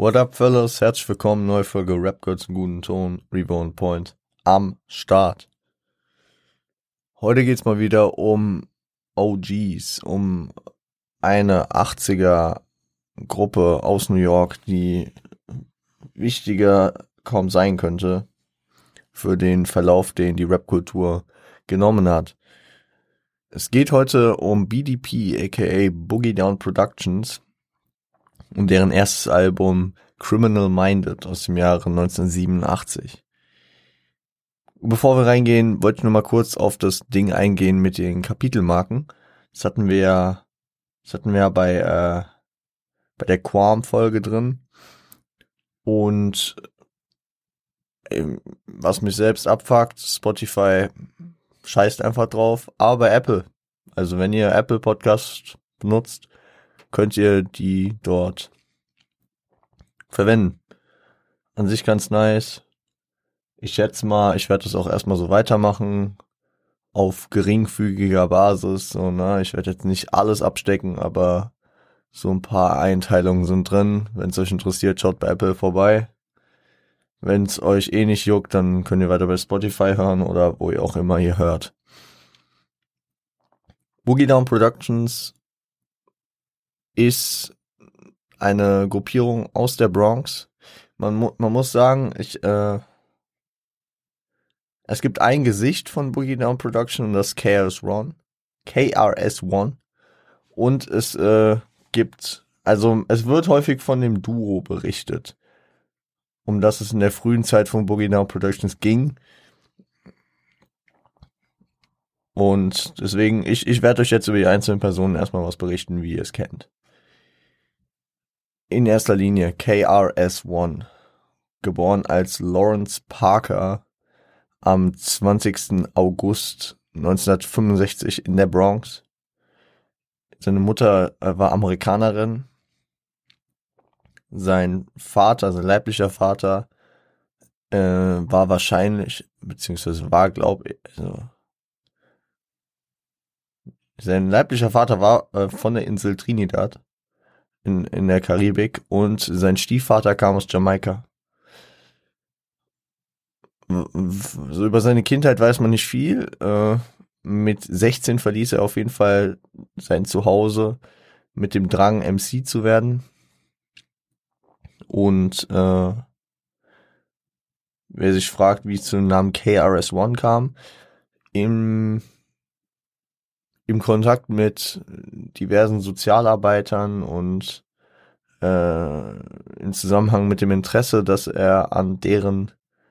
What up, fellas? Herzlich willkommen, neue Folge Rap Girls im guten Ton, Reborn Point am Start. Heute geht's mal wieder um OGs, um eine 80er-Gruppe aus New York, die wichtiger kaum sein könnte für den Verlauf, den die Rap-Kultur genommen hat. Es geht heute um BDP, aka Boogie Down Productions, und deren erstes Album Criminal Minded aus dem Jahre 1987. Bevor wir reingehen, wollte ich nur mal kurz auf das Ding eingehen mit den Kapitelmarken. Das hatten wir ja bei der Quam-Folge drin. Und was mich selbst abfuckt, Spotify scheißt einfach drauf, aber bei Apple. Also wenn ihr Apple Podcast benutzt, könnt ihr die dort verwenden. An sich ganz nice. Ich schätze mal, ich werde das auch erstmal so weitermachen, auf geringfügiger Basis. So, ne? Ich werde jetzt nicht alles abstecken, aber so ein paar Einteilungen sind drin. Wenn es euch interessiert, schaut bei Apple vorbei. Wenn es euch eh nicht juckt, dann könnt ihr weiter bei Spotify hören oder wo ihr auch immer ihr hört. Boogie Down Productions ist eine Gruppierung aus der Bronx. Man muss sagen, es gibt ein Gesicht von Boogie Down Production und das ist KRS-One. Und es wird häufig von dem Duo berichtet, um das es in der frühen Zeit von Boogie Down Productions ging. Und deswegen, ich werde euch jetzt über die einzelnen Personen erstmal was berichten, wie ihr es kennt. In erster Linie KRS-One, geboren als Lawrence Parker am 20. August 1965 in der Bronx. Seine Mutter war Amerikanerin. Sein leiblicher Vater, war wahrscheinlich, beziehungsweise war, glaube ich, sein leiblicher Vater war von der Insel Trinidad in der Karibik und sein Stiefvater kam aus Jamaika. So über seine Kindheit weiß man nicht viel. Mit 16 verließ er auf jeden Fall sein Zuhause mit dem Drang, MC zu werden. Und wer sich fragt, wie es zu dem Namen KRS-One kam, im Kontakt mit diversen Sozialarbeitern und in Zusammenhang mit dem Interesse, das er an deren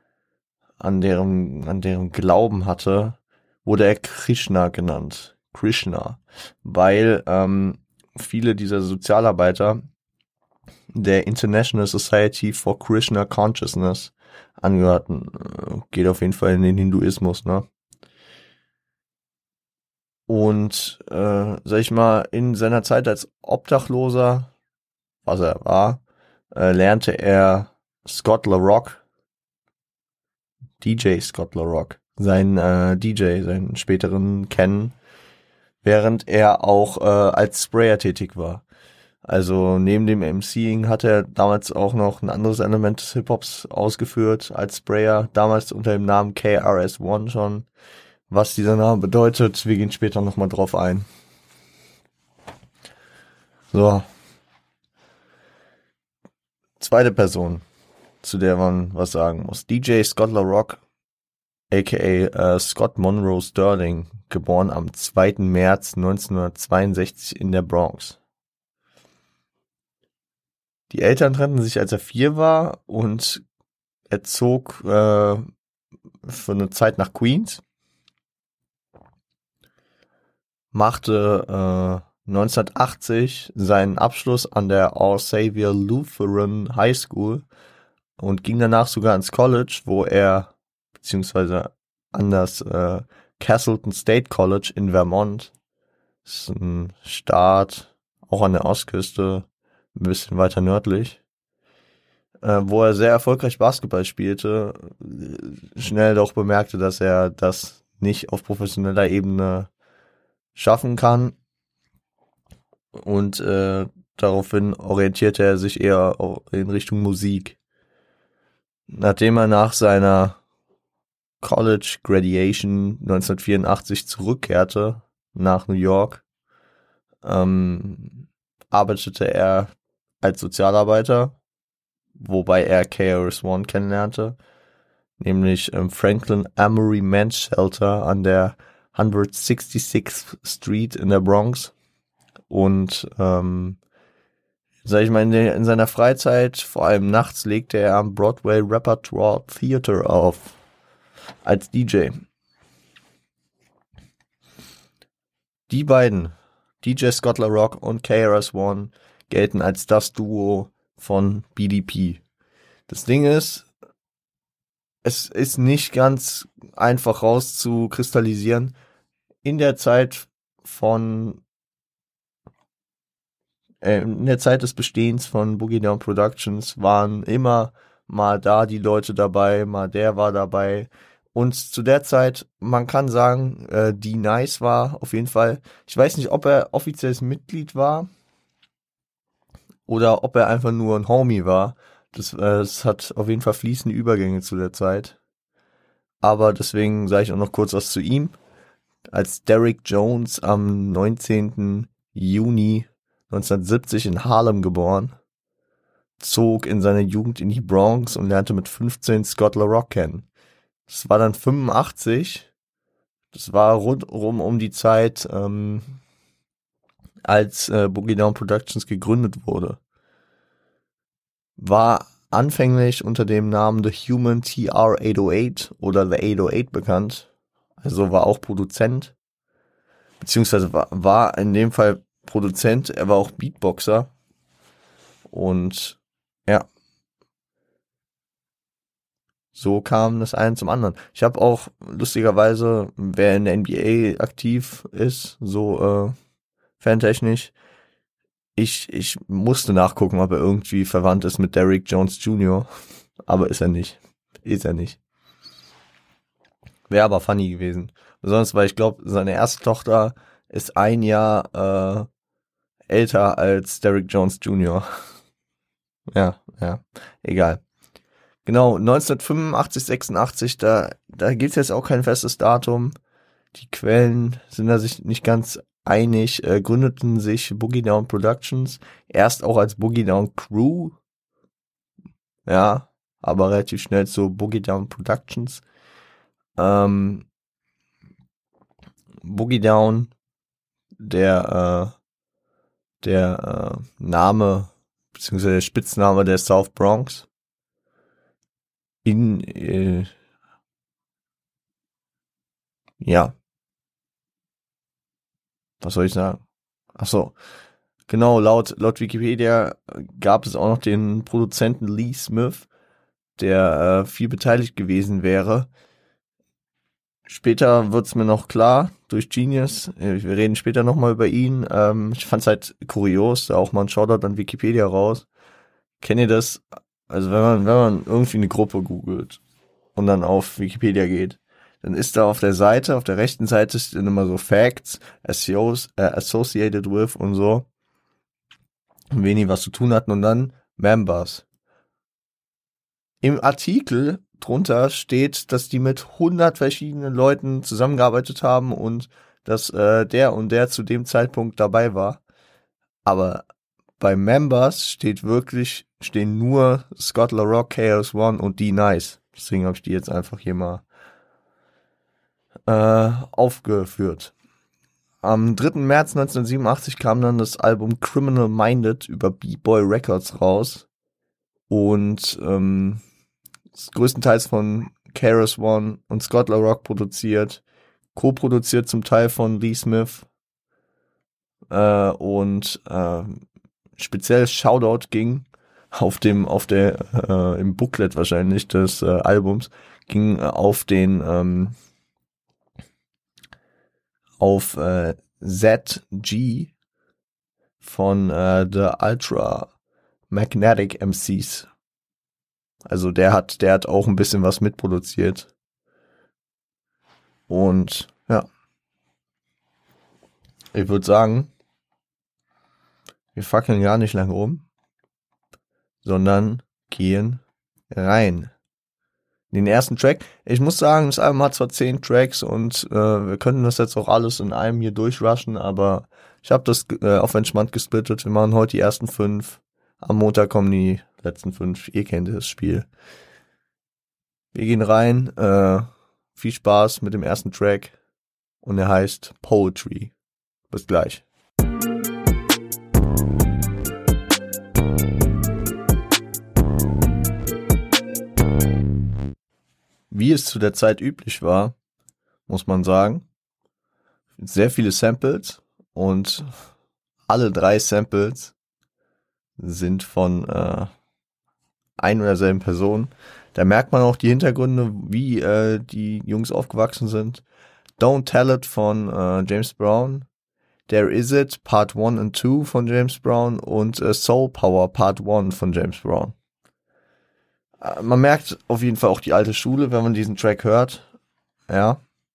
Glauben hatte, wurde er Krishna genannt. Krishna. Weil viele dieser Sozialarbeiter der International Society for Krishna Consciousness angehörten. Geht auf jeden Fall in den Hinduismus, ne? Und, sag ich mal, in seiner Zeit als Obdachloser, was er war, lernte er Scott LaRock, DJ Scott LaRock, seinen späteren kennen, während er auch als Sprayer tätig war. Also neben dem MCing hat er damals auch noch ein anderes Element des Hip-Hops ausgeführt als Sprayer, damals unter dem Namen KRS-One schon. Was dieser Name bedeutet, wir gehen später nochmal drauf ein. So. Zweite Person, zu der man was sagen muss. DJ Scott LaRock, aka Scott Monroe Sterling, geboren am 2. März 1962 in der Bronx. Die Eltern trennten sich, als er 4 war, und er zog für eine Zeit nach Queens. Machte 1980 seinen Abschluss an der All Savior Lutheran High School und ging danach sogar ins College, beziehungsweise an das Castleton State College in Vermont. Das ist ein Staat, auch an der Ostküste, ein bisschen weiter nördlich, wo er sehr erfolgreich Basketball spielte, schnell doch bemerkte, dass er das nicht auf professioneller Ebene schaffen kann und daraufhin orientierte er sich eher in Richtung Musik. Nachdem er nach seiner College Graduation 1984 zurückkehrte nach New York, arbeitete er als Sozialarbeiter, wobei er KRS-One kennenlernte, nämlich im Franklin Amory Men's Shelter an der 166th Street in der Bronx. Und sag ich mal, in seiner Freizeit, vor allem nachts, legte er am Broadway Repertoire Theater auf als DJ. Die beiden, DJ Scott LaRock und KRS-One, gelten als das Duo von BDP. Das Ding ist, es ist nicht ganz einfach rauszukristallisieren. In der Zeit des Bestehens von Boogie Down Productions waren immer mal da die Leute dabei, mal der war dabei. Und zu der Zeit, man kann sagen, D-Nice war auf jeden Fall, ich weiß nicht, ob er offizielles Mitglied war oder ob er einfach nur ein Homie war. Das hat auf jeden Fall fließende Übergänge zu der Zeit. Aber deswegen sage ich auch noch kurz was zu ihm. Als Derrick Jones am 19. Juni 1970 in Harlem geboren, zog in seiner Jugend in die Bronx und lernte mit 15 Scott LaRock kennen. Das war dann 85. Das war rundum um die Zeit, als Boogie Down Productions gegründet wurde. War anfänglich unter dem Namen The Human TR-808 oder The 808 bekannt. Also war auch Produzent. Beziehungsweise war in dem Fall Produzent. Er war auch Beatboxer. Und ja, so kam das eine zum anderen. Ich habe auch lustigerweise, wer in der NBA aktiv ist, so fantechnisch, ich musste nachgucken, ob er irgendwie verwandt ist mit Derrick Jones Jr., aber ist er nicht. Wäre aber funny gewesen. Besonders, weil ich glaube, seine erste Tochter ist ein Jahr älter als Derrick Jones Jr. Ja, egal. Genau, 1985, 86, da gibt's jetzt auch kein festes Datum. Die Quellen sind da sich nicht ganz einig, gründeten sich Boogie Down Productions erst auch als Boogie Down Crew. Ja, aber relativ schnell zu Boogie Down Productions. Boogie Down, der Name, beziehungsweise der Spitzname der South Bronx. Ja. Was soll ich sagen? Ach so. Genau, laut Wikipedia gab es auch noch den Produzenten Lee Smith, der viel beteiligt gewesen wäre. Später wird's mir noch klar, durch Genius. Wir reden später nochmal über ihn. Ich fand's halt kurios, da auch mal ein Shoutout an Wikipedia raus. Kennt ihr das? Also wenn man irgendwie eine Gruppe googelt und dann auf Wikipedia geht, dann ist da auf der rechten Seite stehen immer so Facts, associated with und so, wenig was zu tun hatten und dann Members. Im Artikel drunter steht, dass die mit 100 verschiedenen Leuten zusammengearbeitet haben und dass der und der zu dem Zeitpunkt dabei war. Aber bei Members stehen nur Scott LaRock, KRS-One und D-Nice. Deswegen habe ich die jetzt einfach hier mal aufgeführt. Am 3. März 1987 kam dann das Album Criminal Minded über B-Boy Records raus und ist größtenteils von KRS-One und Scott LaRock produziert, co-produziert zum Teil von Lee Smith und speziell Shoutout ging im Booklet wahrscheinlich des Albums ging auf den ZG von The Ultra Magnetic MCs. Also der hat auch ein bisschen was mitproduziert. Und ja, ich würde sagen, Wir fackeln gar nicht lange rum, sondern gehen rein. Den ersten Track, ich muss sagen, das Album hat zwar 10 Tracks und wir könnten das jetzt auch alles in einem hier durchrushen, aber ich habe das auf entspannt gesplittet. Wir machen heute die ersten 5. Am Montag kommen die letzten 5. Ihr kennt das Spiel. Wir gehen rein. Viel Spaß mit dem ersten Track und er heißt Poetry. Bis gleich. Wie es zu der Zeit üblich war, muss man sagen, sehr viele Samples und alle 3 Samples sind von ein oder derselben Person. Da merkt man auch die Hintergründe, wie die Jungs aufgewachsen sind. Don't Tell It von James Brown, There Is It Part 1 und 2 von James Brown und Soul Power Part 1 von James Brown. Man merkt auf jeden Fall auch die alte Schule, wenn man diesen Track hört. Ja.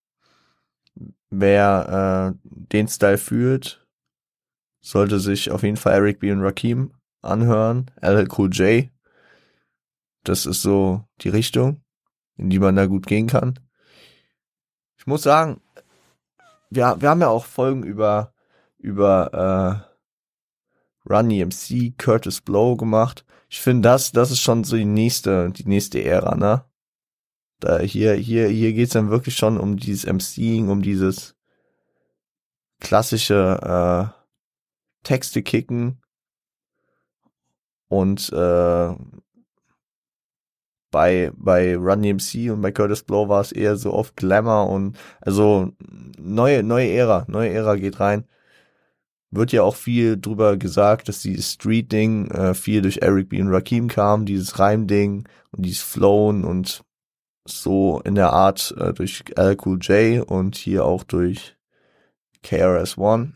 Wer den Style fühlt, sollte sich auf jeden Fall Eric B. und Rakim anhören. LL Cool J. Das ist so die Richtung, in die man da gut gehen kann. Ich muss sagen, wir haben ja auch Folgen über Run DMC, Curtis Blow gemacht. Ich finde, das ist schon so die nächste Ära, ne? Da hier geht's dann wirklich schon um dieses MCing, um dieses klassische Texte kicken und bei Run DMC und bei Curtis Blow war es eher so oft Glamour und also neue Ära geht rein. Wird ja auch viel drüber gesagt, dass dieses Street-Ding viel durch Eric B. und Rakim kam, dieses Reim-Ding und dieses Flown und so in der Art durch LL Cool J und hier auch durch KRS-One.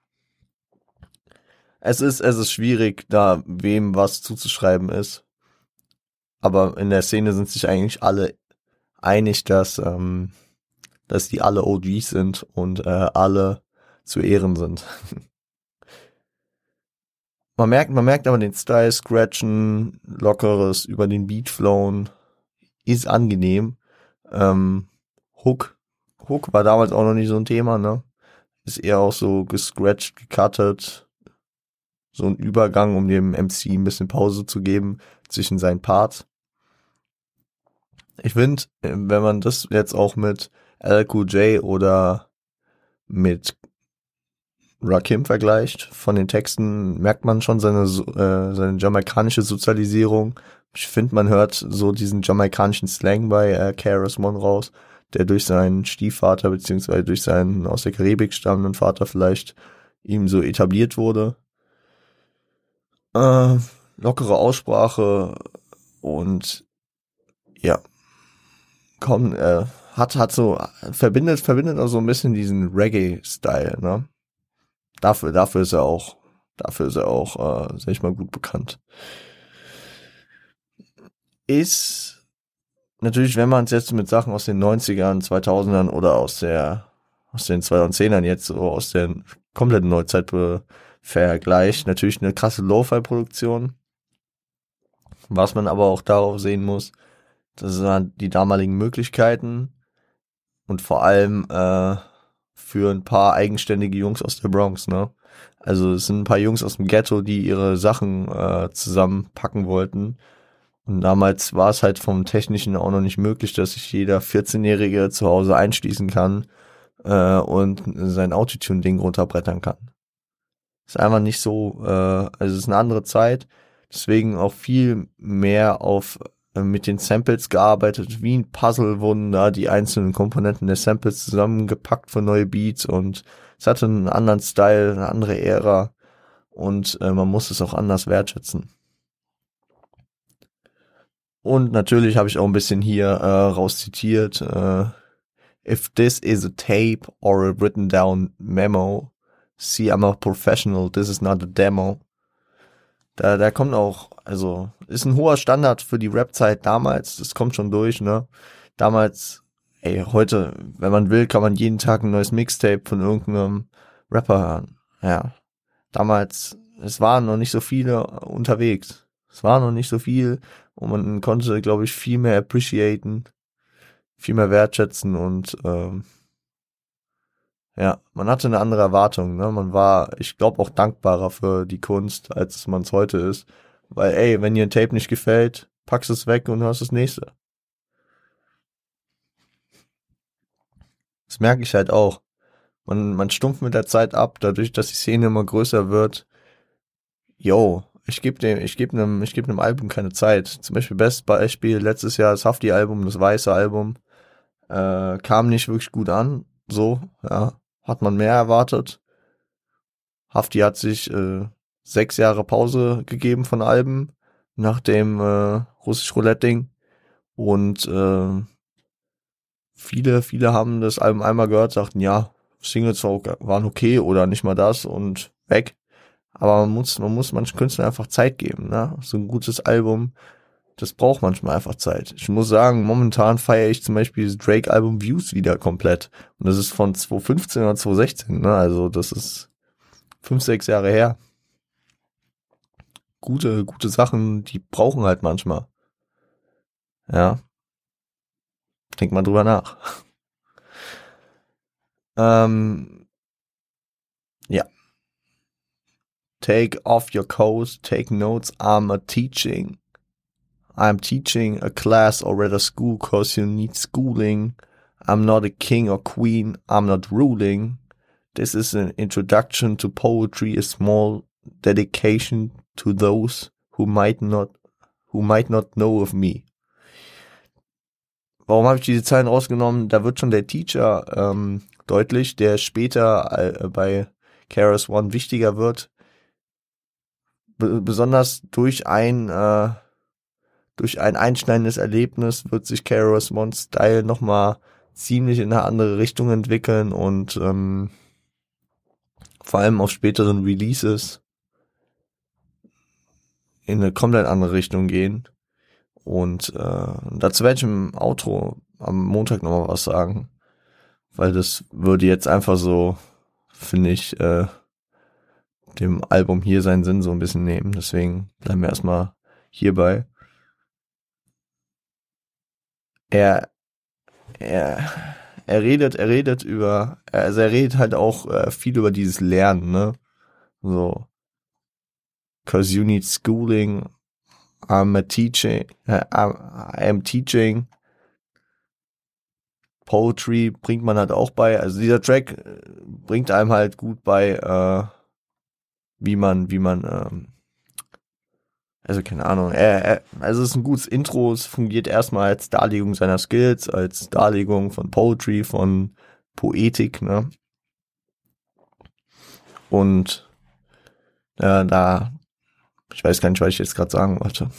Es ist schwierig, da wem was zuzuschreiben ist. Aber in der Szene sind sich eigentlich alle einig, dass die alle OGs sind und alle zu Ehren sind. Man merkt aber den Style, Scratchen, lockeres, über den Beat flowen, ist angenehm. Hook war damals auch noch nicht so ein Thema, ne? Ist eher auch so gescratcht, gecuttet. So ein Übergang, um dem MC ein bisschen Pause zu geben zwischen seinen Parts. Ich finde, wenn man das jetzt auch mit LL Cool J oder mit Rakim vergleicht, von den Texten merkt man schon seine jamaikanische Sozialisierung. Ich finde, man hört so diesen jamaikanischen Slang bei KRS-One raus, der durch seinen Stiefvater beziehungsweise durch seinen aus der Karibik stammenden Vater vielleicht ihm so etabliert wurde. Lockere Aussprache und ja, hat so verbindet auch so ein bisschen diesen Reggae-Style, ne? Dafür ist er auch, sag ich mal, gut bekannt. Ist natürlich, wenn man es jetzt mit Sachen aus den 90ern, 2000ern oder aus den 2010ern jetzt so aus der kompletten Neuzeit vergleicht, natürlich eine krasse Lo-Fi-Produktion. Was man aber auch darauf sehen muss, das sind die damaligen Möglichkeiten und vor allem für ein paar eigenständige Jungs aus der Bronx, ne? Also es sind ein paar Jungs aus dem Ghetto, die ihre Sachen zusammenpacken wollten. Und damals war es halt vom Technischen auch noch nicht möglich, dass sich jeder 14-Jährige zu Hause einschließen kann und sein Autotune-Ding runterbrettern kann. Ist einfach nicht so, also es ist eine andere Zeit, deswegen auch viel mehr mit den Samples gearbeitet, wie ein Puzzle wurden da die einzelnen Komponenten der Samples zusammengepackt für neue Beats und es hatte einen anderen Style, eine andere Ära und man muss es auch anders wertschätzen. Und natürlich habe ich auch ein bisschen hier rauszitiert, if this is a tape or a written down memo, see, I'm a professional, this is not a demo. Da kommt auch, also ist ein hoher Standard für die Rap-Zeit damals, das kommt schon durch, ne? Damals, heute, wenn man will, kann man jeden Tag ein neues Mixtape von irgendeinem Rapper hören. Ja, damals es waren noch nicht so viele unterwegs. Es war noch nicht so viel und man konnte, glaube ich, viel mehr appreciaten, viel mehr wertschätzen und ja, man hatte eine andere Erwartung, ne? Man war, ich glaube, auch dankbarer für die Kunst, als man es heute ist. Weil, ey, wenn dir ein Tape nicht gefällt, packst es weg und hörst das nächste. Das merke ich halt auch. Man stumpft mit der Zeit ab, dadurch, dass die Szene immer größer wird. Yo, ich geb einem Album keine Zeit. Zum Beispiel, bestes Beispiel, letztes Jahr das Hafti-Album, das weiße Album, kam nicht wirklich gut an. So, ja, hat man mehr erwartet. Hafti hat sich 6 Jahre Pause gegeben von Alben nach dem Russisch Roulette-Ding und viele haben das Album einmal gehört, sagten, ja, Singles waren okay oder nicht mal das und weg. Aber man muss manchen Künstlern einfach Zeit geben, ne? So ein gutes Album, das braucht manchmal einfach Zeit. Ich muss sagen, momentan feiere ich zum Beispiel das Drake-Album Views wieder komplett. Und das ist von 2015 oder 2016, ne? Also das ist 5, 6 Jahre her. Gute Sachen, die brauchen halt manchmal. Ja, denk mal drüber nach. Ja. Take off your coat, take notes, I'm teaching a class or at a school cause you need schooling. I'm not a king or queen, I'm not ruling. This is an introduction to poetry, a small dedication to those who might not know of me. Warum habe ich diese Zeilen rausgenommen? Da wird schon der Teacher deutlich, der später bei KRS One wichtiger wird. Besonders durch ein einschneidendes Erlebnis wird sich KRS One's Style nochmal ziemlich in eine andere Richtung entwickeln und vor allem auf späteren Releases in eine komplett andere Richtung gehen. Und dazu werde ich im Outro am Montag nochmal was sagen. Weil das würde jetzt einfach so, finde ich, dem Album hier seinen Sinn so ein bisschen nehmen. Deswegen bleiben wir erstmal hierbei. Er redet über, also er redet halt auch viel über dieses Lernen, ne? So, cause you need schooling, I'm teaching. Poetry bringt man halt auch bei. Also dieser Track bringt einem halt gut bei, wie man, also keine Ahnung, also es ist ein gutes Intro, es fungiert erstmal als Darlegung seiner Skills, als Darlegung von Poetry, von Poetik, ne? Und ich weiß gar nicht, was ich jetzt gerade sagen wollte.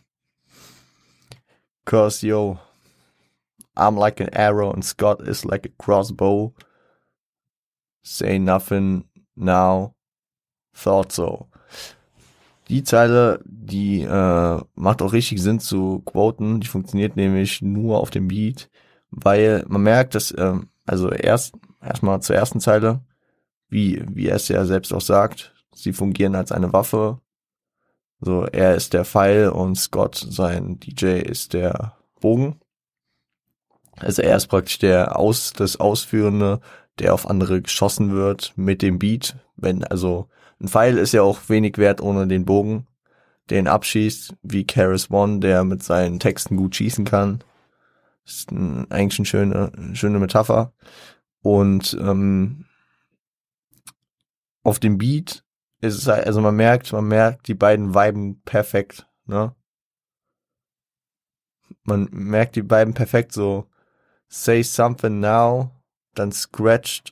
Cause yo, I'm like an arrow and Scott is like a crossbow. Say nothing now, thought so. Die Zeile, die macht auch richtig Sinn zu quoten. Die funktioniert nämlich nur auf dem Beat, weil man merkt, dass also erstmal zur ersten Zeile, wie er es ja selbst auch sagt, sie fungieren als eine Waffe. So, er ist der Pfeil und Scott, sein DJ, ist der Bogen. Also er ist praktisch das Ausführende, der auf andere geschossen wird mit dem Beat. Also ein Pfeil ist ja auch wenig wert ohne den Bogen, den abschießt, wie KRS One, der mit seinen Texten gut schießen kann. Das ist eigentlich eine schöne Metapher. Und auf dem Beat ist es halt, also man merkt, die beiden viben perfekt, ne? Man merkt die beiden perfekt so, say something now, dann scratcht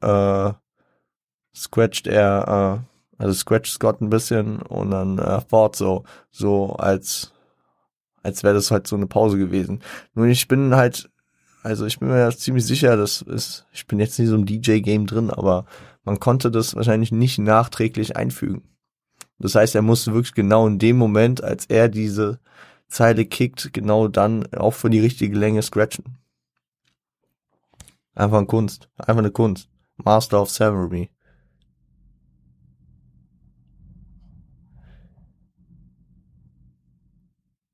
er, also scratcht Scott ein bisschen und dann fort so als wäre das halt so eine Pause gewesen. Nur ich bin mir ziemlich sicher, ich bin jetzt nicht so im DJ-Game drin, aber man konnte das wahrscheinlich nicht nachträglich einfügen. Das heißt, er musste wirklich genau in dem Moment, als er diese Zeile kickt, genau dann auch für die richtige Länge scratchen. Einfach eine Kunst. Master of Ceremony.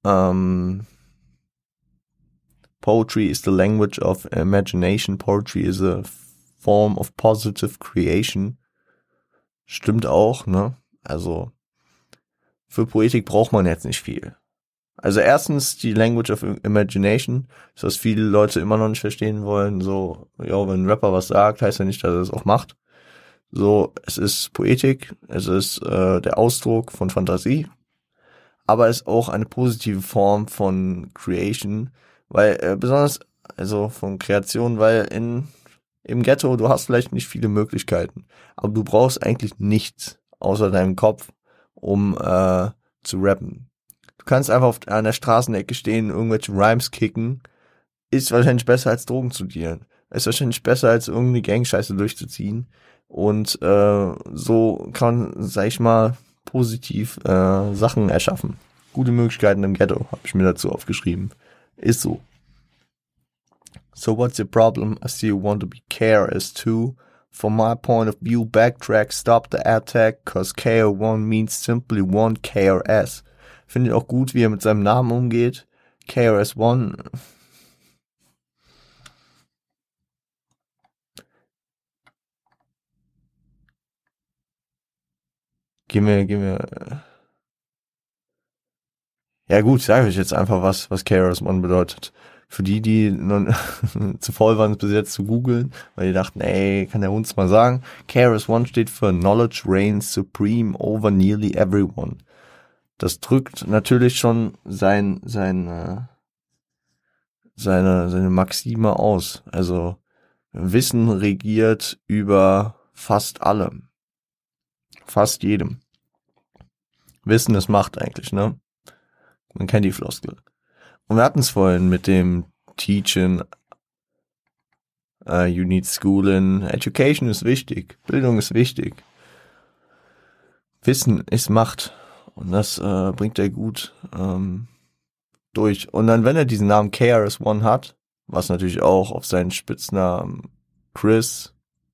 Poetry is the language of imagination. Poetry is a form of positive creation. Stimmt auch, ne? Also, für Poetik braucht man jetzt nicht viel. Also erstens die Language of Imagination, das was viele Leute immer noch nicht verstehen wollen. So, ja, wenn ein Rapper was sagt, heißt ja nicht, dass er es auch macht. So, es ist Poetik, es ist der Ausdruck von Fantasie, aber es ist auch eine positive Form von Creation, weil besonders, also von Kreation, weil im Ghetto, du hast vielleicht nicht viele Möglichkeiten, aber du brauchst eigentlich nichts außer deinem Kopf, um zu rappen. Du kannst einfach auf einer Straßenecke stehen, irgendwelche Rhymes kicken, ist wahrscheinlich besser als Drogen zu dealen. Ist wahrscheinlich besser als irgendeine Gang-Scheiße durchzuziehen. Und so kann, sag ich mal, positiv Sachen erschaffen. Gute Möglichkeiten im Ghetto, habe ich mir dazu aufgeschrieben. Ist so. So what's your problem? I see you want to be KRS too. From my point of view, backtrack, stop the attack, cause KR1 means simply one KRS. Finde ich auch gut, wie er mit seinem Namen umgeht. KRS-One. Geh mir. Ja gut, sage ich jetzt einfach was KRS-One bedeutet. Für die nun zu faul waren, es bis jetzt zu googeln, weil die dachten, ey, kann der uns mal sagen. KRS-One steht für Knowledge reigns supreme over nearly everyone. Das drückt natürlich schon seine Maxime aus. Also Wissen regiert über fast allem. Fast jedem. Wissen ist Macht eigentlich, ne? Man kennt die Floskel. Und wir hatten es vorhin mit dem Teaching, you need schooling, Education ist wichtig, Bildung ist wichtig. Wissen ist Macht. Und das bringt er gut durch. Und dann, wenn er diesen Namen KRS-One hat, was natürlich auch auf seinen Spitznamen Chris,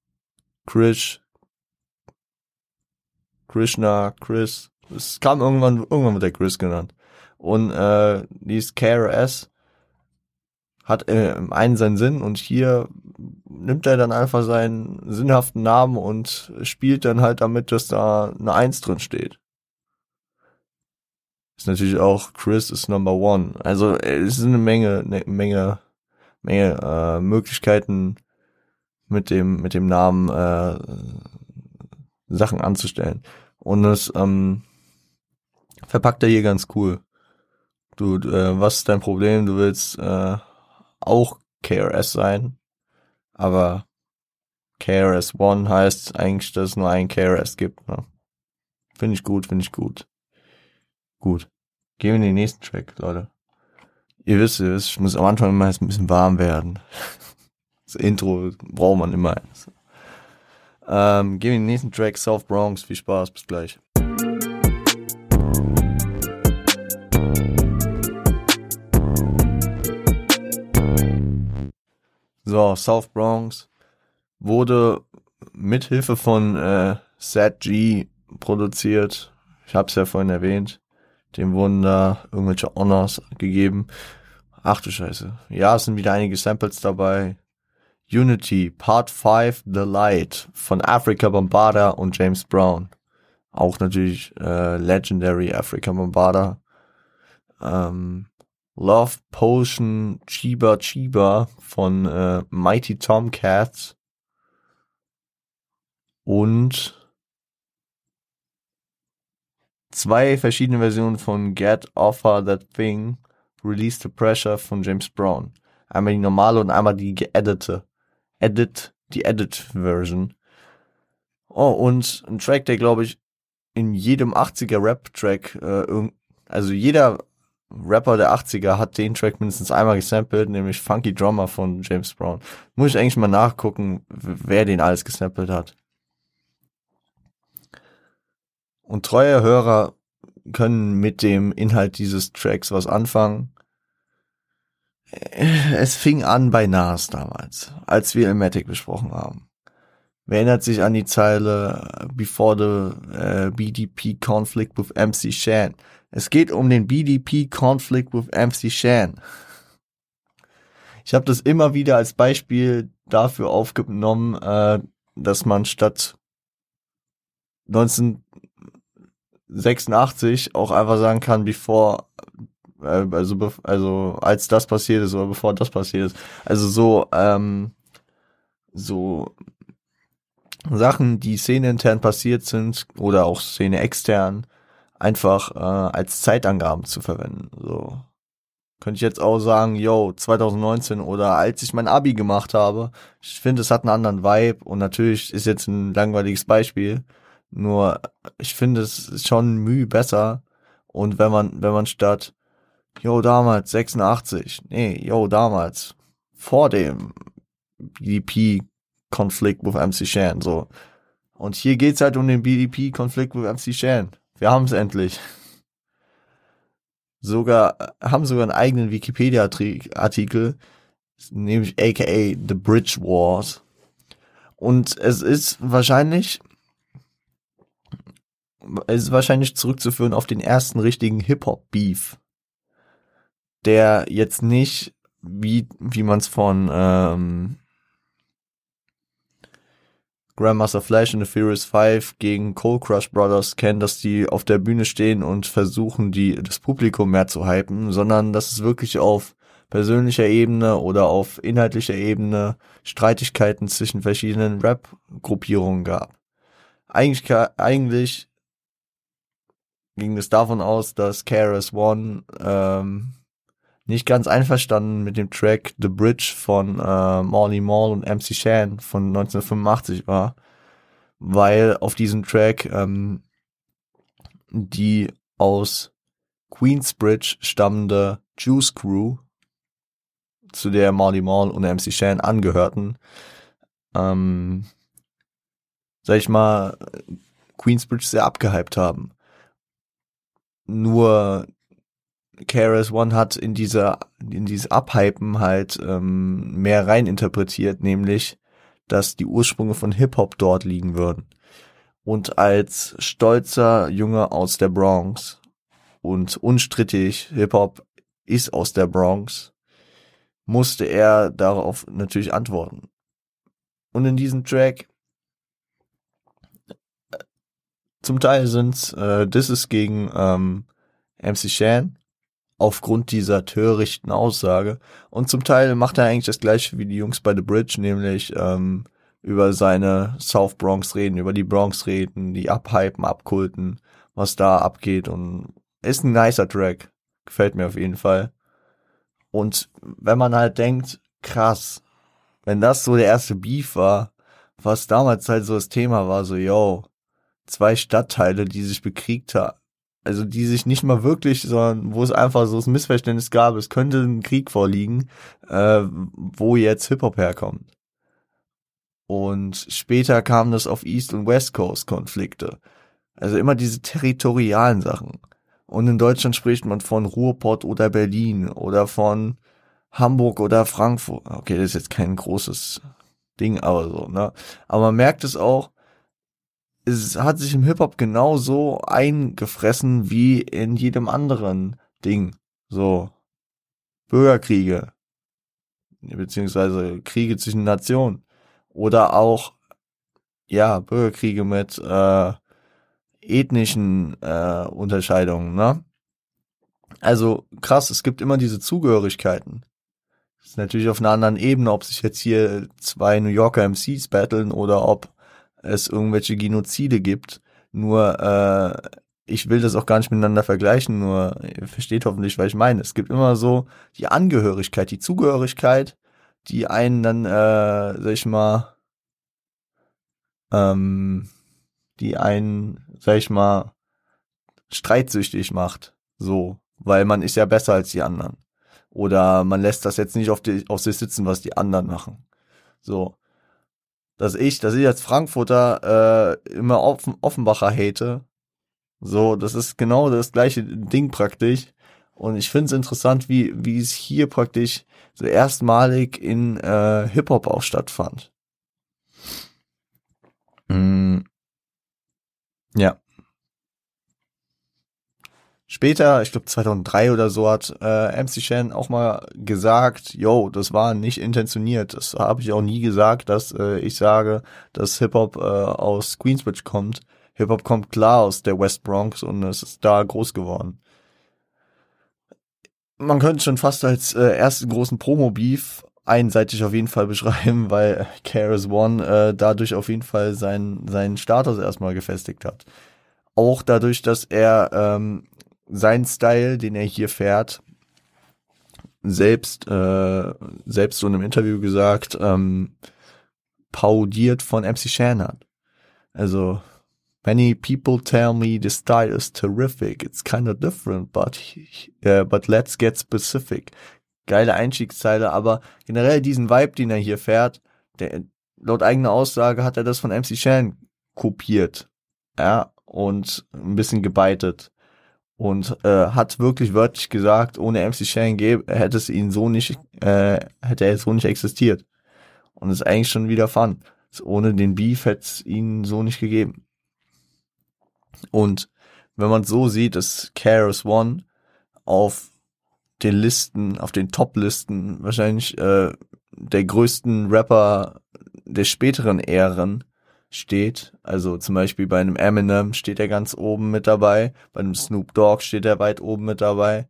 es kam irgendwann wird der Chris genannt. Und dieses KRS hat im einen seinen Sinn und hier nimmt er dann einfach seinen sinnhaften Namen und spielt dann halt damit, dass da eine 1 drin steht. Ist natürlich auch Chris is number one. Also es ist eine Menge Möglichkeiten mit dem Namen Sachen anzustellen. Und das verpackt er hier ganz cool. Du, was ist dein Problem? Du willst auch KRS sein, aber KRS-One heißt eigentlich, dass es nur einen KRS gibt. Ne? Finde ich gut. Gut. Gehen wir in den nächsten Track, Leute. Ihr wisst, ich muss am Anfang immer ein bisschen warm werden. Das Intro braucht man immer. Gehen wir in den nächsten Track, South Bronx. Viel Spaß, bis gleich. So, South Bronx wurde mithilfe von Sad G produziert. Ich hab's ja vorhin erwähnt. Dem wurden da irgendwelche Honors gegeben. Ach du Scheiße. Ja, es sind wieder einige Samples dabei. Unity, Part 5, The Light von Afrika Bambaataa und James Brown. Auch natürlich Legendary Afrika Bambaataa. Love Potion, Chiba Chiba von Mighty Tomcats. Und 2 verschiedene Versionen von Get Offer That Thing, Release the Pressure von James Brown. Einmal die normale und einmal die geeditete. Die Edit-Version. Oh, und ein Track, der glaube ich in jedem 80er-Rap-Track, also jeder Rapper der 80er hat den Track mindestens einmal gesampelt, nämlich Funky Drummer von James Brown. Muss ich eigentlich mal nachgucken, wer den alles gesampelt hat. Und treue Hörer können mit dem Inhalt dieses Tracks was anfangen. Es fing an bei Nas damals, als wir Illmatic besprochen haben. Wer erinnert sich an die Zeile Before the BDP conflict with MC Shan? Es geht um den BDP Conflict with MC Shan. Ich habe das immer wieder als Beispiel dafür aufgenommen, dass man statt 1986 auch einfach sagen kann, also als das passiert ist oder bevor das passiert ist. Also so Sachen, die szeneintern passiert sind oder auch Szene extern, einfach als Zeitangaben zu verwenden. So könnte ich jetzt auch sagen, 2019 oder als ich mein Abi gemacht habe. Ich finde, es hat einen anderen Vibe und natürlich ist jetzt ein langweiliges Beispiel. Nur ich finde, es ist schon Mühe besser. Und wenn man statt, damals 86, damals vor dem BDP-Konflikt mit MC Shan, so. Und hier geht's halt um den BDP-Konflikt mit MC Shan. Wir haben es endlich. Haben sogar einen eigenen Wikipedia-Artikel, nämlich aka The Bridge Wars. Und es ist wahrscheinlich zurückzuführen auf den ersten richtigen Hip-Hop-Beef, der jetzt nicht, wie man es von Grandmaster Flash und The Furious Five gegen Cold Crush Brothers kennt, dass die auf der Bühne stehen und versuchen, das Publikum mehr zu hypen, sondern dass es wirklich auf persönlicher Ebene oder auf inhaltlicher Ebene Streitigkeiten zwischen verschiedenen Rap-Gruppierungen gab. Eigentlich ging es davon aus, dass KRS-One nicht ganz einverstanden mit dem Track The Bridge von Marley Marl und MC Shan von 1985 war, weil auf diesem Track die aus Queensbridge stammende Juice Crew, zu der Marley Marl und MC Shan angehörten, Queensbridge sehr abgehypt haben. Nur KRS-One hat in dieses Abhypen halt mehr rein interpretiert, nämlich, dass die Ursprünge von Hip-Hop dort liegen würden. Und als stolzer Junge aus der Bronx und unstrittig, Hip-Hop ist aus der Bronx, musste er darauf natürlich antworten. Und in diesem Track zum Teil sind's Disses gegen MC Shan aufgrund dieser törichten Aussage. Und zum Teil macht er eigentlich das gleiche wie die Jungs bei The Bridge, nämlich über seine South Bronx reden, über die Bronx reden, die abhypen, abkulten, was da abgeht. Und ist ein nicer Track. Gefällt mir auf jeden Fall. Und wenn man halt denkt, krass, wenn das so der erste Beef war, was damals halt so das Thema war, so, zwei Stadtteile, die sich bekriegt haben. Also die sich nicht mal wirklich, sondern wo es einfach so ein Missverständnis gab, es könnte ein Krieg vorliegen, wo jetzt Hip-Hop herkommt. Und später kam das auf East- und West Coast-Konflikte. Also immer diese territorialen Sachen. Und in Deutschland spricht man von Ruhrpott oder Berlin oder von Hamburg oder Frankfurt. Okay, das ist jetzt kein großes Ding, aber so, ne? Aber man merkt es auch, es hat sich im Hip-Hop genauso eingefressen wie in jedem anderen Ding. So, Bürgerkriege, beziehungsweise Kriege zwischen Nationen. Oder auch, Bürgerkriege mit ethnischen Unterscheidungen, ne? Also krass, es gibt immer diese Zugehörigkeiten. Das ist natürlich auf einer anderen Ebene, ob sich jetzt hier zwei New Yorker MCs battlen oder ob es irgendwelche Genozide gibt. Nur, ich will das auch gar nicht miteinander vergleichen, nur ihr versteht hoffentlich, was ich meine. Es gibt immer so die Angehörigkeit, die Zugehörigkeit, die einen dann, streitsüchtig macht. So, weil man ist ja besser als die anderen. Oder man lässt das jetzt nicht auf sich sitzen, was die anderen machen. So. Dass ich als Frankfurter immer Offenbacher hate. So, das ist genau das gleiche Ding praktisch. Und ich finde es interessant, wie es hier praktisch so erstmalig in Hip-Hop auch stattfand. Ja. Später, ich glaube 2003 oder so, hat MC Shan auch mal gesagt, yo, das war nicht intentioniert. Das habe ich auch nie gesagt, dass ich sage, dass Hip-Hop aus Queensbridge kommt. Hip-Hop kommt klar aus der West Bronx und es ist da groß geworden. Man könnte es schon fast als ersten großen Promo-Beef einseitig auf jeden Fall beschreiben, weil KRS-One dadurch auf jeden Fall seinen Status erstmal gefestigt hat. Auch dadurch, dass er seinen Style, den er hier fährt, selbst so in einem Interview gesagt, parodiert von MC Shan hat. Also, many people tell me the style is terrific. It's kind of different, but let's get specific. Geile Einstiegszeile, aber generell diesen Vibe, den er hier fährt, laut eigener Aussage hat er das von MC Shan kopiert. Ja, und ein bisschen gebeitet. Und hat wirklich wörtlich gesagt, ohne MC Shan hätte er so nicht existiert. Und ist eigentlich schon wieder Fun. Ohne den Beef hätte es ihn so nicht gegeben. Und wenn man so sieht, ist KRS-One auf den Listen, auf den Top-Listen wahrscheinlich der größten Rapper der späteren Ähren steht. Also zum Beispiel bei einem Eminem steht er ganz oben mit dabei, bei einem Snoop Dogg steht er weit oben mit dabei,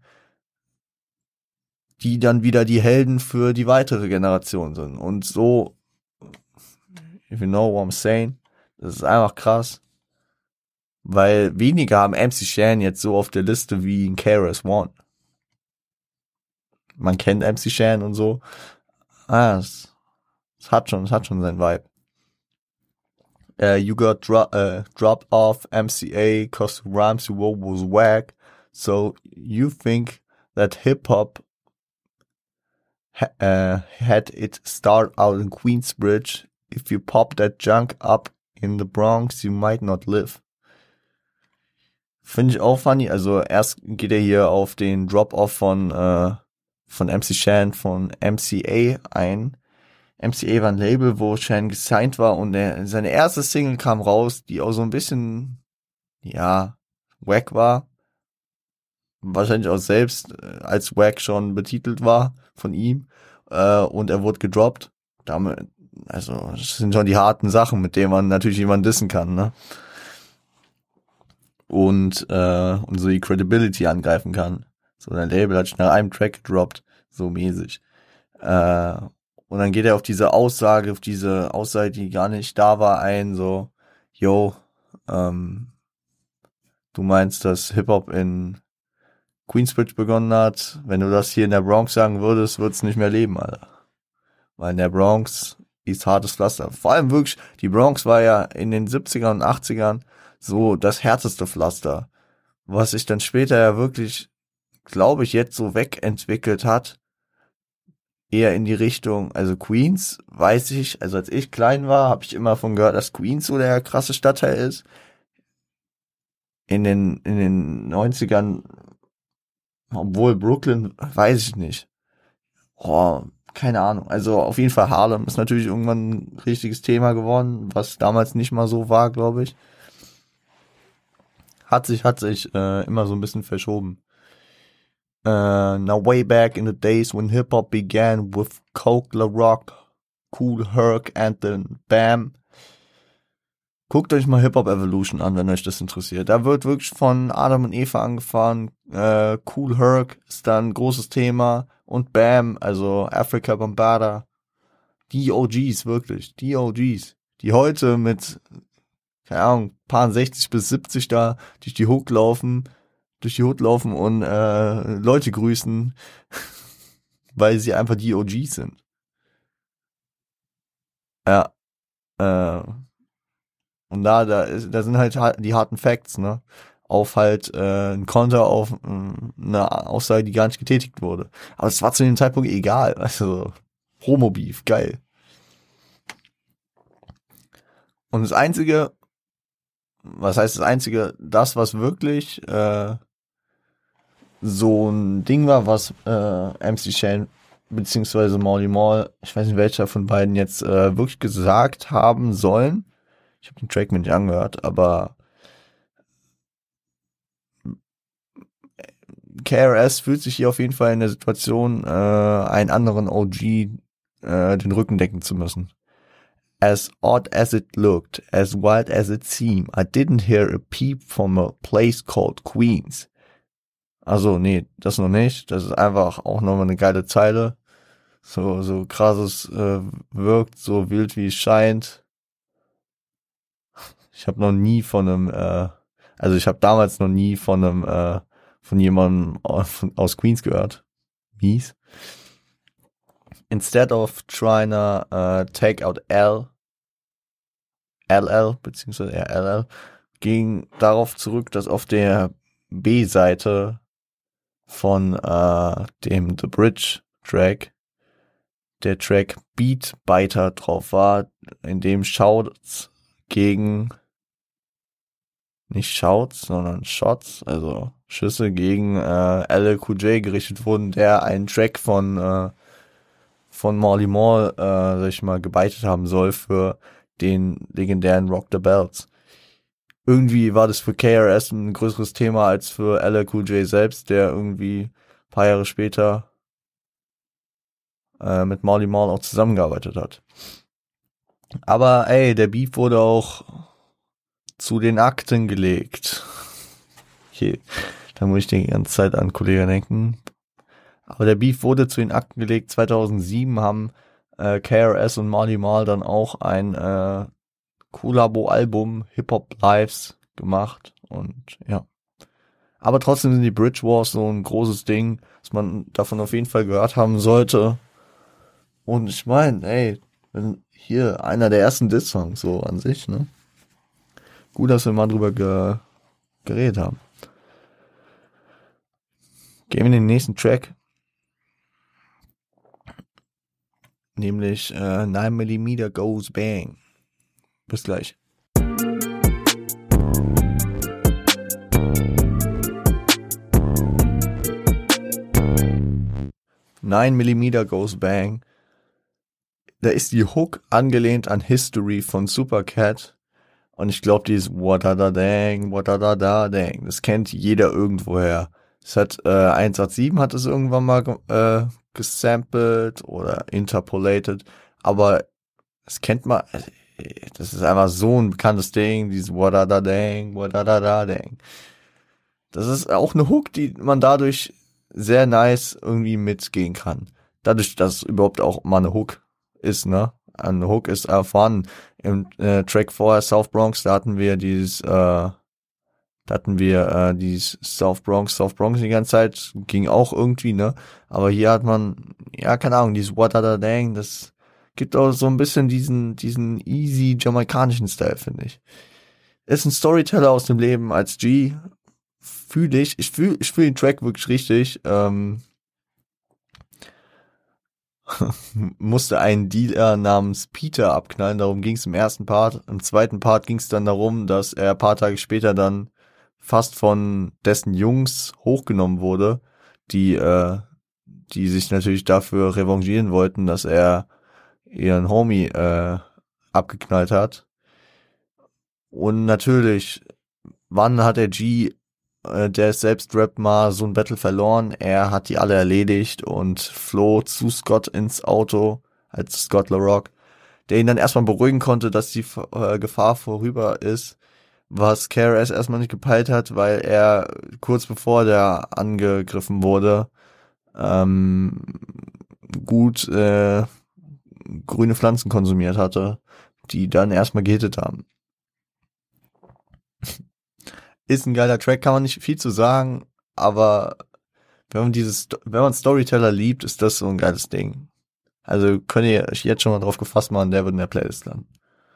die dann wieder die Helden für die weitere Generation sind. Und so, if you know what I'm saying, das ist einfach krass, weil weniger haben MC Shan jetzt so auf der Liste wie ein KRS-One. Man kennt MC Shan und so. Es hat schon seinen Vibe. You got dropped off MCA cause the rhymes you wrote was whack. So you think that hip-hop had it start out in Queensbridge. If you pop that junk up in the Bronx, you might not live. Finde ich auch funny. Also erst geht er hier auf den Drop-off von MC Shan von MCA ein. MCA war ein Label, wo Shan gesigned war und seine erste Single kam raus, die auch so ein bisschen, ja, wack war. Wahrscheinlich auch selbst als wack schon betitelt war von ihm. Und er wurde gedroppt. Damit, also, das sind schon die harten Sachen, mit denen man natürlich jemanden dissen kann, ne? Und so die Credibility angreifen kann. So, dein Label hat schon nach einem Track gedroppt, so mäßig. Und dann geht er auf diese Aussage, die gar nicht da war, ein, so, yo, du meinst, dass Hip-Hop in Queensbridge begonnen hat? Wenn du das hier in der Bronx sagen würdest, würd's nicht mehr leben, Alter. Weil in der Bronx ist hartes Pflaster. Vor allem wirklich, die Bronx war ja in den 70ern und 80ern so das härteste Pflaster. Was sich dann später ja wirklich, glaube ich, jetzt so wegentwickelt hat, eher in die Richtung, also Queens, weiß ich, also als ich klein war, habe ich immer von gehört, dass Queens so der krasse Stadtteil ist. In den 90ern, obwohl Brooklyn, weiß ich nicht. Oh, keine Ahnung. Also auf jeden Fall Harlem ist natürlich irgendwann ein richtiges Thema geworden, was damals nicht mal so war, glaube ich. Hat sich immer so ein bisschen verschoben. Now way back in the days when hip-hop began with Coke, La Rock, Kool Herc and then Bam. Guckt euch mal Hip-Hop Evolution an, wenn euch das interessiert. Da wird wirklich von Adam und Eva angefahren. Kool Herc ist dann ein großes Thema. Und Bam, also Afrika Bambaataa. Die OGs, wirklich. Die OGs. Die heute mit, keine Ahnung, paar 60 bis 70 da durch die Hood laufen und Leute grüßen, weil sie einfach die OGs sind. Ja. Und da sind halt die harten Facts, ne? Auf halt ein Konter auf eine Aussage, die gar nicht getätigt wurde. Aber es war zu dem Zeitpunkt egal. Also Promo-Beef, geil. Und das Einzige, was heißt das Einzige, das, was wirklich so ein Ding war, was MC Shan beziehungsweise Marley Marl, ich weiß nicht welcher von beiden jetzt wirklich gesagt haben sollen. Ich habe den Track mir nicht angehört, aber KRS fühlt sich hier auf jeden Fall in der Situation, einen anderen OG den Rücken decken zu müssen. As odd as it looked, as wild as it seemed, I didn't hear a peep from a place called Queens. Also, nee, das noch nicht. Das ist einfach auch nochmal eine geile Zeile. So krasses wirkt, so wild wie es scheint. Ich habe noch nie von einem, ich habe damals noch nie von jemandem aus Queens gehört. Mies. Instead of trying to take out LL, beziehungsweise LL, ging darauf zurück, dass auf der B-Seite von dem The Bridge Track der Track Beat Biter drauf war, in dem Shouts gegen, nicht Shouts, sondern Shots, also Schüsse gegen LL Cool J gerichtet wurden, der einen Track von Marley Marl, sag ich mal, gebeitet haben soll für den legendären Rock the Bells. Irgendwie war das für KRS ein größeres Thema als für LL Cool J selbst, der irgendwie ein paar Jahre später mit Marley Marl auch zusammengearbeitet hat. Aber ey, der Beef wurde auch zu den Akten gelegt. Okay, da muss ich die ganze Zeit an Kollegen denken. Aber der Beef wurde zu den Akten gelegt. 2007 haben KRS und Marley Marl dann auch ein Kollabo-Album Hip Hop Lives gemacht. Und ja. Aber trotzdem sind die Bridge Wars so ein großes Ding, dass man davon auf jeden Fall gehört haben sollte. Und ich meine, ey, hier einer der ersten Diss-Songs so an sich, ne? Gut, dass wir mal drüber geredet haben. Gehen wir in den nächsten Track. Nämlich 9mm Goes Bang. Bis gleich. 9mm Goes Bang. Da ist die Hook angelehnt an History von Supercat. Und ich glaube, die ist Wadadadang, Wadadadadang. Das kennt jeder irgendwoher. Es hat 187 hat es irgendwann mal gesampelt oder interpolated. Aber das kennt man. Das ist einfach so ein bekanntes Ding. Dieses Wadadadang, Wadadadadang. Das ist auch eine Hook, die man dadurch sehr nice irgendwie mitgehen kann. Dadurch, dass es überhaupt auch mal eine Hook ist, ne? Eine Hook ist vorhanden. Im Track vorher, South Bronx, da hatten wir dieses South Bronx die ganze Zeit, ging auch irgendwie, ne? Aber hier hat man, ja, keine Ahnung, dieses What Dada Dang, das gibt auch so ein bisschen diesen easy jamaikanischen Style, finde ich. Ist ein Storyteller aus dem Leben als G, fühle ich. Ich fühle den Track wirklich richtig, musste einen Dealer namens Peter abknallen, darum ging es im ersten Part. Im zweiten Part ging es dann darum, dass er ein paar Tage später dann fast von dessen Jungs hochgenommen wurde, die sich natürlich dafür revanchieren wollten, dass er ihren Homie abgeknallt hat. Und natürlich, wann hat der G, der ist selbst Rap, mal so ein Battle verloren? Er hat die alle erledigt und floh zu Scott ins Auto, als Scott LaRock, der ihn dann erstmal beruhigen konnte, dass die Gefahr vorüber ist, was KRS erstmal nicht gepeilt hat, weil er kurz bevor der angegriffen wurde, gut grüne Pflanzen konsumiert hatte, die dann erstmal gehittet haben. Ist ein geiler Track, kann man nicht viel zu sagen, aber wenn man Storyteller liebt, ist das so ein geiles Ding. Also könnt ihr euch jetzt schon mal drauf gefasst machen, der wird in der Playlist landen.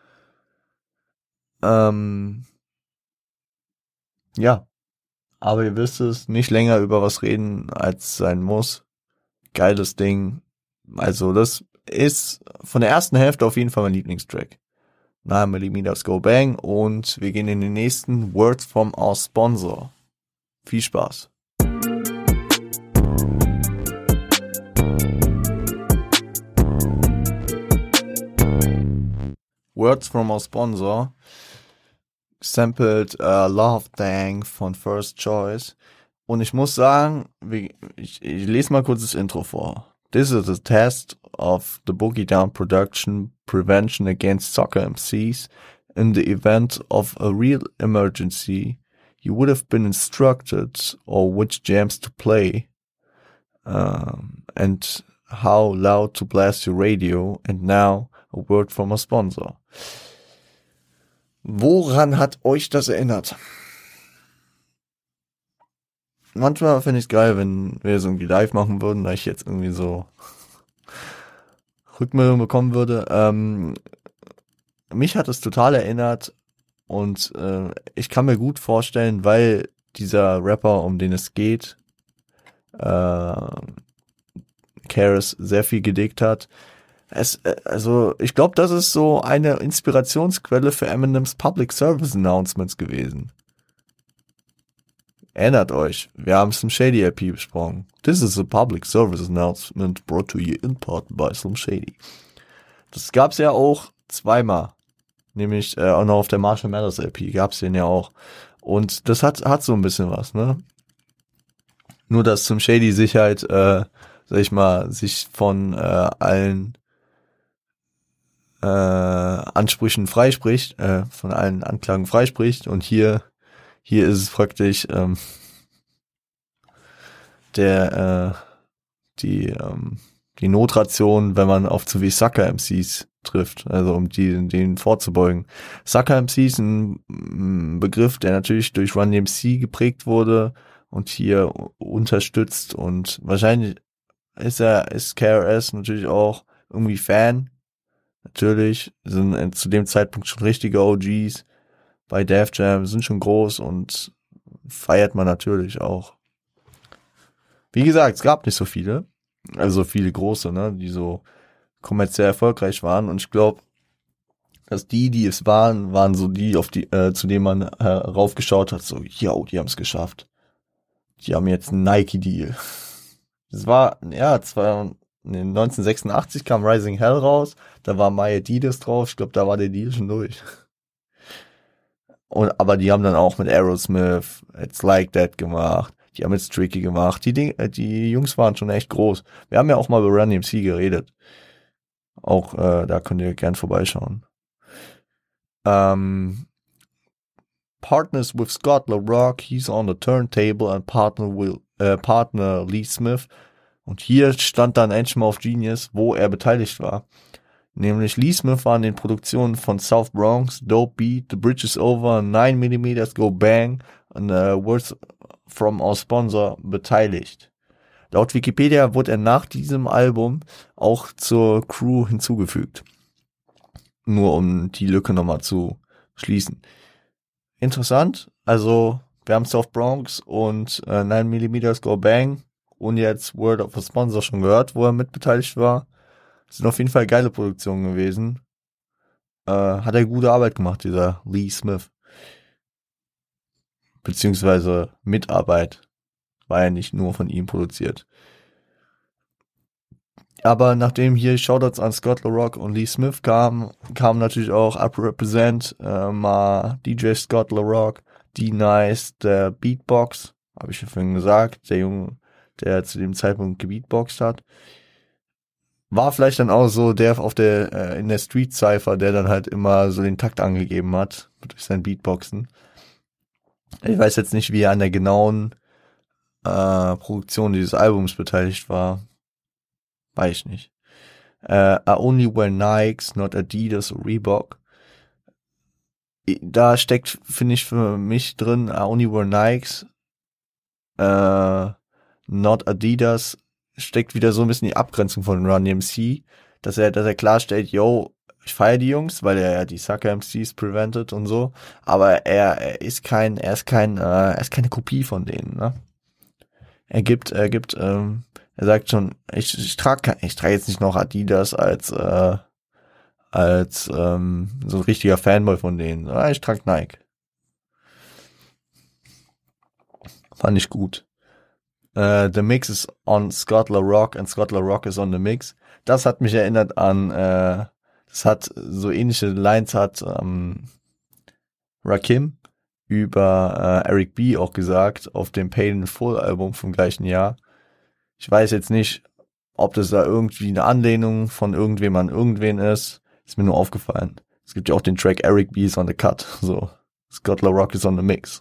Ja, aber ihr wisst es, nicht länger über was reden, als sein muss. Geiles Ding. Also das ist von der ersten Hälfte auf jeden Fall mein Lieblingstrack. 9mm Go Bang, und wir gehen in den nächsten Words from our Sponsor. Viel Spaß. Words from our Sponsor sampled Love Dang von First Choice. Und ich muss sagen, ich lese mal kurz das Intro vor. This is a test of the Boogie Down Production Prevention against Soccer MCs. In the event of a real emergency, you would have been instructed or which jams to play, and how loud to blast your radio. And now a word from a sponsor. Woran hat euch das erinnert? Manchmal finde ich es geil, wenn wir so irgendwie live machen würden, da ich jetzt irgendwie so Rückmeldung bekommen würde. Mich hat es total erinnert und ich kann mir gut vorstellen, weil dieser Rapper, um den es geht, Karis, sehr viel gedickt hat. Also ich glaube, das ist so eine Inspirationsquelle für Eminems Public Service Announcements gewesen. Erinnert euch, wir haben Slim Shady LP besprochen. This is a public service announcement brought to you in part by Slim Shady. Das gab's ja auch zweimal. Nämlich auch noch auf der Marshall Mathers LP gab's den ja auch. Und das hat so ein bisschen was, ne? Nur, dass Slim Shady sich halt, sag ich mal, sich von allen Ansprüchen freispricht, von allen Anklagen freispricht. Und hier ist es praktisch die Notration, wenn man auf zu wie Sucker MCs trifft, also um denen vorzubeugen. Sucker MCs, ein Begriff, der natürlich durch Run DMC geprägt wurde und hier unterstützt, und wahrscheinlich ist KRS natürlich auch irgendwie Fan. Natürlich sind zu dem Zeitpunkt schon richtige OGs bei Def Jam, sind schon groß und feiert man natürlich auch. Wie gesagt, es gab nicht so viele, also viele große, ne, die so kommerziell erfolgreich waren, und ich glaube, dass die es waren so die, auf die, zu denen man raufgeschaut hat, so, yo, die haben es geschafft. Die haben jetzt einen Nike-Deal. Das war, ja, 1986 kam Rising Hell raus, da war My Adidas drauf, ich glaube, da war der Deal schon durch. Aber die haben dann auch mit Aerosmith, It's Like That gemacht, die haben jetzt Tricky gemacht, die Jungs waren schon echt groß. Wir haben ja auch mal über Run DMC geredet. Auch da könnt ihr gern vorbeischauen. Partners with Scott LaRock, he's on the turntable, and partner Lee Smith. Und hier stand dann Engine of Genius, wo er beteiligt war. Nämlich Lee Smith war an den Produktionen von South Bronx, Dope Beat, The Bridge is Over, 9mm Go Bang und Words from Our Sponsor beteiligt. Laut Wikipedia wurde er nach diesem Album auch zur Crew hinzugefügt. Nur um die Lücke nochmal zu schließen. Interessant, also wir haben South Bronx und 9mm Go Bang und jetzt Word of a Sponsor schon gehört, wo er mitbeteiligt war. Das sind auf jeden Fall geile Produktionen gewesen. Hat er gute Arbeit gemacht, dieser Lee Smith. Beziehungsweise Mitarbeit. War ja nicht nur von ihm produziert. Aber nachdem hier Shoutouts an Scott LaRock und Lee Smith kamen natürlich auch Up Represent, mal DJ Scott LaRock, D-Nice, der Beatbox, habe ich ja vorhin gesagt, der Junge, der zu dem Zeitpunkt gebeatboxt hat. War vielleicht dann auch so der in der Street Cypher, der dann halt immer so den Takt angegeben hat durch sein Beatboxen. Ich weiß jetzt nicht, wie er an der genauen Produktion dieses Albums beteiligt war. Weiß ich nicht. I only wear Nikes, not Adidas or Reebok. Da steckt, finde ich, für mich drin, I only wear Nikes, not Adidas, steckt wieder so ein bisschen die Abgrenzung von Run DMC, dass er klarstellt, yo, ich feiere die Jungs, weil er ja die Sucker MCs prevented und so, aber er ist keine Kopie von denen, ne? Er sagt schon, ich trage jetzt nicht noch Adidas als so ein richtiger Fanboy von denen. Ich trage Nike. Fand ich gut. The Mix is on Scott LaRock and Scott LaRock is on the Mix. Das hat mich erinnert an, das hat so ähnliche Lines hat Rakim über Eric B. auch gesagt, auf dem Paid in Full Album vom gleichen Jahr. Ich weiß jetzt nicht, ob das da irgendwie eine Anlehnung von irgendwem an irgendwen ist. Ist mir nur aufgefallen. Es gibt ja auch den Track Eric B. is on the Cut. So, Scott LaRock is on the Mix.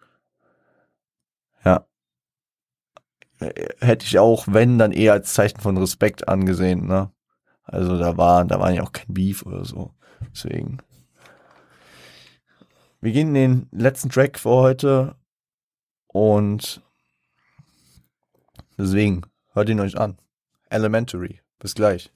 Ja. Hätte ich auch, wenn, dann eher als Zeichen von Respekt angesehen, ne? Also da war ja auch kein Beef oder so. Deswegen. Wir gehen in den letzten Track für heute und deswegen hört ihn euch an. Elementary. Bis gleich.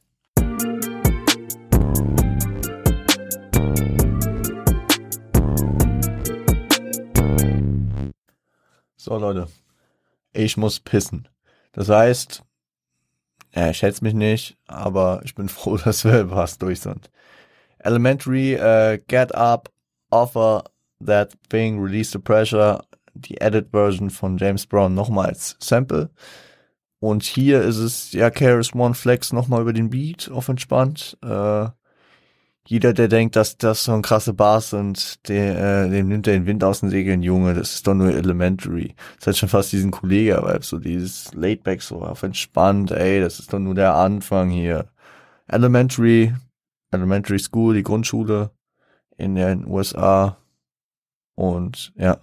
So Leute, ich muss pissen. Das heißt, ich schätze mich nicht, aber ich bin froh, dass wir fast durch sind. Elementary, Get Up, Offer That Thing, Release the Pressure, die Edit-Version von James Brown nochmal als Sample. Und hier ist es, ja, KRS-One Flex nochmal über den Beat auf entspannt. Jeder, der denkt, dass das so ein krasse Bars sind, dem nimmt er den Wind aus den Segeln, Junge, das ist doch nur Elementary. Das hat schon fast diesen Kollega-Vibe, so dieses Laidback, so auf entspannt, ey, das ist doch nur der Anfang hier. Elementary School, die Grundschule in den USA. Und ja,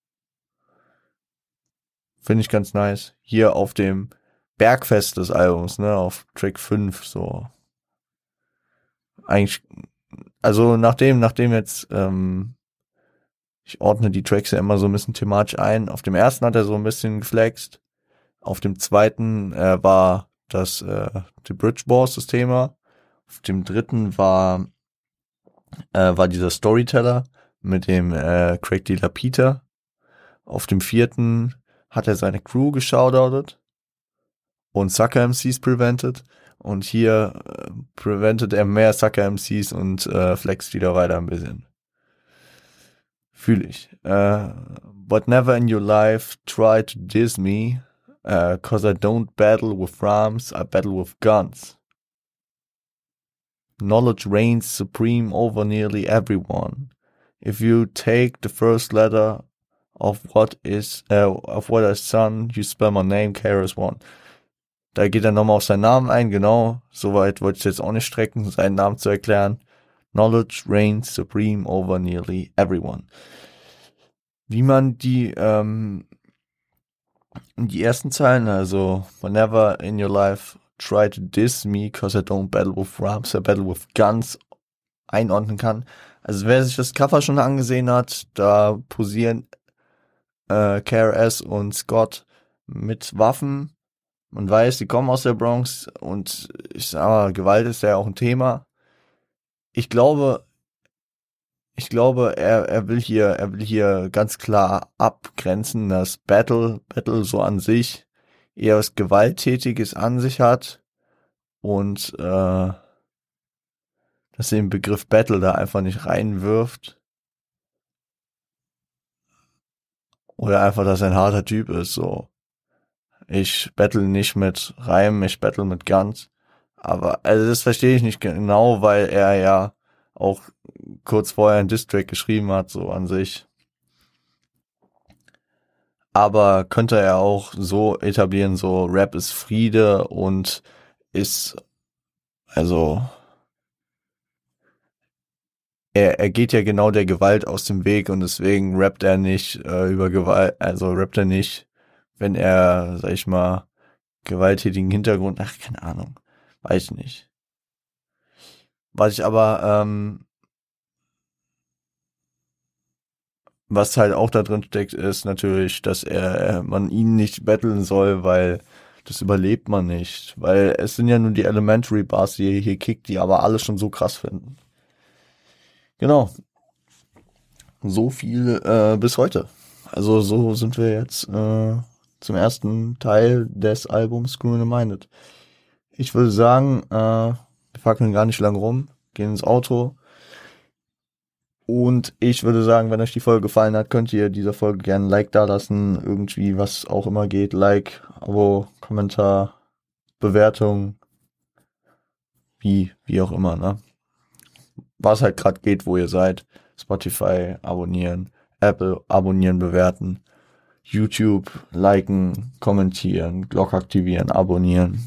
finde ich ganz nice. Hier auf dem Bergfest des Albums, ne, auf Track 5, so. Eigentlich, also nachdem jetzt, ich ordne die Tracks ja immer so ein bisschen thematisch ein. Auf dem ersten hat er so ein bisschen geflext. Auf dem zweiten war das die Bridge Wars das Thema. Auf dem dritten war dieser Storyteller mit dem Craig De La Peter. Auf dem vierten hat er seine Crew geshoutoutet und Sucker MCs prevented. Und hier prevented er mehr Sucker MCs und flext wieder weiter ein bisschen. Fühl ich. But never in your life try to diss me, cause I don't battle with rhymes, I battle with guns. Knowledge reigns supreme over nearly everyone. If you take the first letter of what is son, you spell my name, KRS-One. Da geht er nochmal auf seinen Namen ein, genau. Soweit wollte ich jetzt auch nicht strecken, seinen Namen zu erklären. Knowledge reigns supreme over nearly everyone. Wie man die ersten Zeilen, also whenever in your life try to diss me, cause I don't battle with rhymes, I battle with guns, einordnen kann. Also wer sich das Cover schon angesehen hat, da posieren KRS und Scott mit Waffen. Man weiß, die kommen aus der Bronx und ich sag mal, Gewalt ist ja auch ein Thema. Ich glaube, er will hier ganz klar abgrenzen, dass Battle so an sich eher was Gewalttätiges an sich hat und dass er den Begriff Battle da einfach nicht reinwirft. Oder einfach, dass er ein harter Typ ist, so. Ich battle nicht mit Reimen, ich battle mit Guns. Aber, also das verstehe ich nicht genau, weil er ja auch kurz vorher einen Diss-Track geschrieben hat, so an sich. Aber könnte er auch so etablieren, so Rap ist Friede und ist, also, er geht ja genau der Gewalt aus dem Weg und deswegen rappt er nicht über Gewalt, also rappt er nicht, wenn er, sag ich mal, gewalttätigen Hintergrund, ach, keine Ahnung, weiß ich nicht. Was ich aber, was halt auch da drin steckt, ist natürlich, dass man ihn nicht battlen soll, weil das überlebt man nicht. Weil es sind ja nur die Elementary Bars, die er hier kickt, die aber alle schon so krass finden. Genau. So viel bis heute. Also so sind wir jetzt zum ersten Teil des Albums Criminal Minded. Ich würde sagen, wir fackeln gar nicht lang rum, gehen ins Auto. Und ich würde sagen, wenn euch die Folge gefallen hat, könnt ihr dieser Folge gerne ein Like da lassen. Irgendwie, was auch immer geht. Like, Abo, Kommentar, Bewertung. Wie auch immer, ne? Was halt gerade geht, wo ihr seid. Spotify abonnieren. Apple abonnieren, bewerten. YouTube liken, kommentieren, Glocke aktivieren, abonnieren.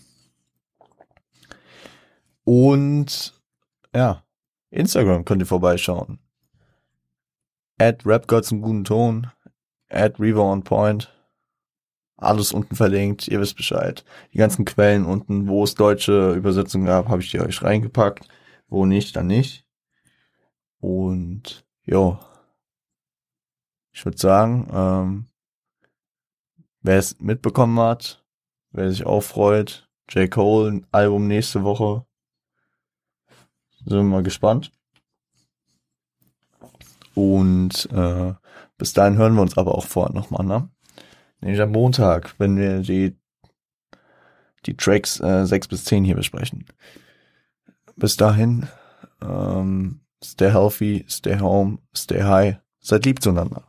Und ja, Instagram könnt ihr vorbeischauen. @rapgods einen guten Ton. @RevoOnPoint. Alles unten verlinkt, ihr wisst Bescheid. Die ganzen Quellen unten, wo es deutsche Übersetzungen gab, habe ich die euch reingepackt. Wo nicht, dann nicht. Und jo, ich würde sagen, wer es mitbekommen hat, wer sich auch freut, J. Cole, ein Album nächste Woche. Sind wir mal gespannt. Und bis dahin hören wir uns aber auch vorher nochmal, ne? Nämlich am Montag, wenn wir die Tracks 6 bis 10 hier besprechen. Bis dahin, stay healthy, stay home, stay high. Seid lieb zueinander.